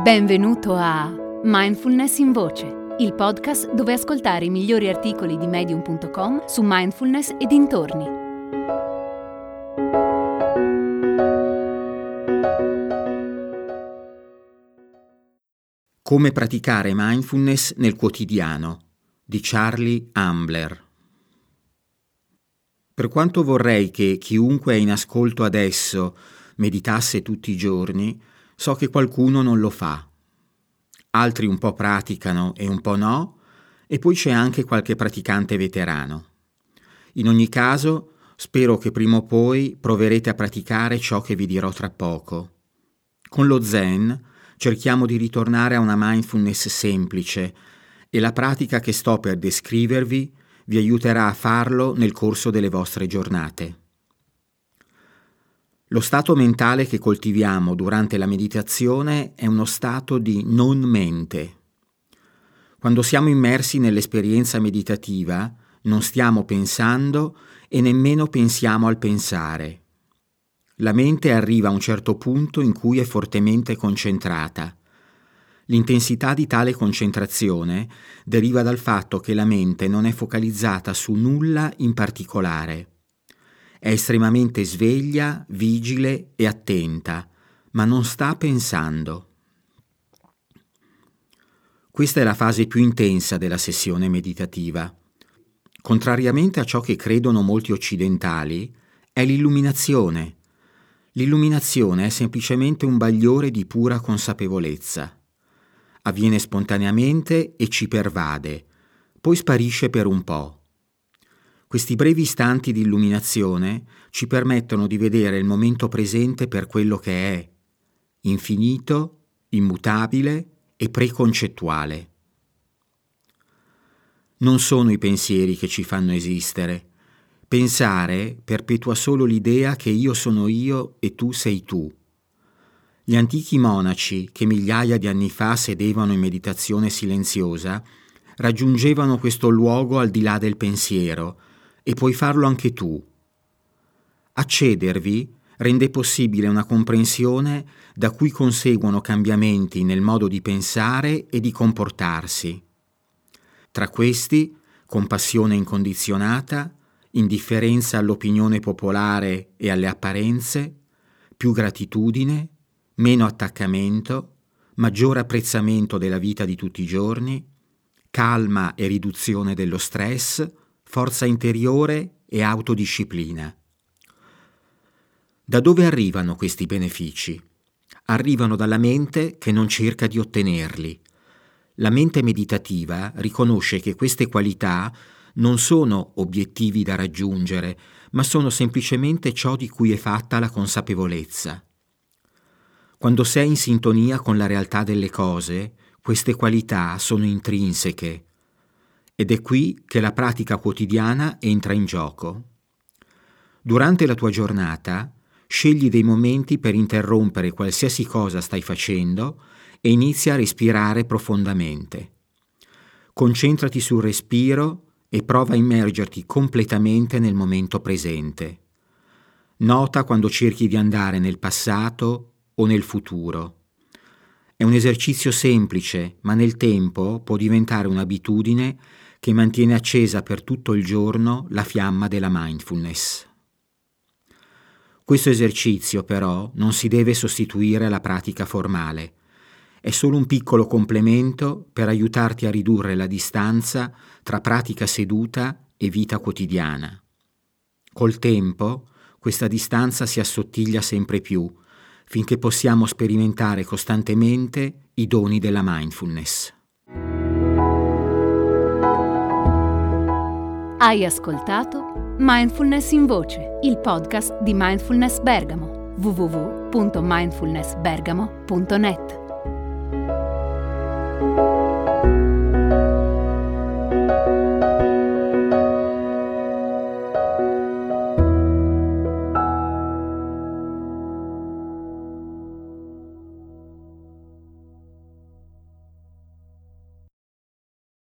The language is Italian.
Benvenuto a Mindfulness in Voce, il podcast dove ascoltare i migliori articoli di Medium.com su mindfulness e dintorni. Come praticare mindfulness nel quotidiano di Charlie Ambler. Per quanto vorrei che chiunque è in ascolto adesso meditasse tutti i giorni, so che qualcuno non lo fa. Altri un po' praticano e un po' no, e poi c'è anche qualche praticante veterano. In ogni caso, spero che prima o poi proverete a praticare ciò che vi dirò tra poco. Con lo Zen cerchiamo di ritornare a una mindfulness semplice e la pratica che sto per descrivervi vi aiuterà a farlo nel corso delle vostre giornate. Lo stato mentale che coltiviamo durante la meditazione è uno stato di non mente. Quando siamo immersi nell'esperienza meditativa, non stiamo pensando e nemmeno pensiamo al pensare. La mente arriva a un certo punto in cui è fortemente concentrata. L'intensità di tale concentrazione deriva dal fatto che la mente non è focalizzata su nulla in particolare. È estremamente sveglia, vigile e attenta, ma non sta pensando. Questa è la fase più intensa della sessione meditativa. Contrariamente a ciò che credono molti occidentali, è l'illuminazione. L'illuminazione è semplicemente un bagliore di pura consapevolezza. Avviene spontaneamente e ci pervade, poi sparisce per un po'. Questi brevi istanti di illuminazione ci permettono di vedere il momento presente per quello che è, infinito, immutabile e preconcettuale. Non sono i pensieri che ci fanno esistere. Pensare perpetua solo l'idea che io sono io e tu sei tu. Gli antichi monaci, che migliaia di anni fa sedevano in meditazione silenziosa, raggiungevano questo luogo al di là del pensiero, e puoi farlo anche tu. Accedervi rende possibile una comprensione da cui conseguono cambiamenti nel modo di pensare e di comportarsi. Tra questi, compassione incondizionata, indifferenza all'opinione popolare e alle apparenze, più gratitudine, meno attaccamento, maggiore apprezzamento della vita di tutti i giorni, calma e riduzione dello stress, forza interiore e autodisciplina. Da dove arrivano questi benefici? Arrivano dalla mente che non cerca di ottenerli. La mente meditativa riconosce che queste qualità non sono obiettivi da raggiungere, ma sono semplicemente ciò di cui è fatta la consapevolezza. Quando sei in sintonia con la realtà delle cose, queste qualità sono intrinseche. Ed è qui che la pratica quotidiana entra in gioco. Durante la tua giornata, scegli dei momenti per interrompere qualsiasi cosa stai facendo e inizia a respirare profondamente. Concentrati sul respiro e prova a immergerti completamente nel momento presente. Nota quando cerchi di andare nel passato o nel futuro. È un esercizio semplice, ma nel tempo può diventare un'abitudine che mantiene accesa per tutto il giorno la fiamma della mindfulness. Questo esercizio, però, non si deve sostituire alla pratica formale. È solo un piccolo complemento per aiutarti a ridurre la distanza tra pratica seduta e vita quotidiana. Col tempo, questa distanza si assottiglia sempre più, finché possiamo sperimentare costantemente i doni della mindfulness. Hai ascoltato Mindfulness in Voce, il podcast di Mindfulness Bergamo, www.mindfulnessbergamo.net.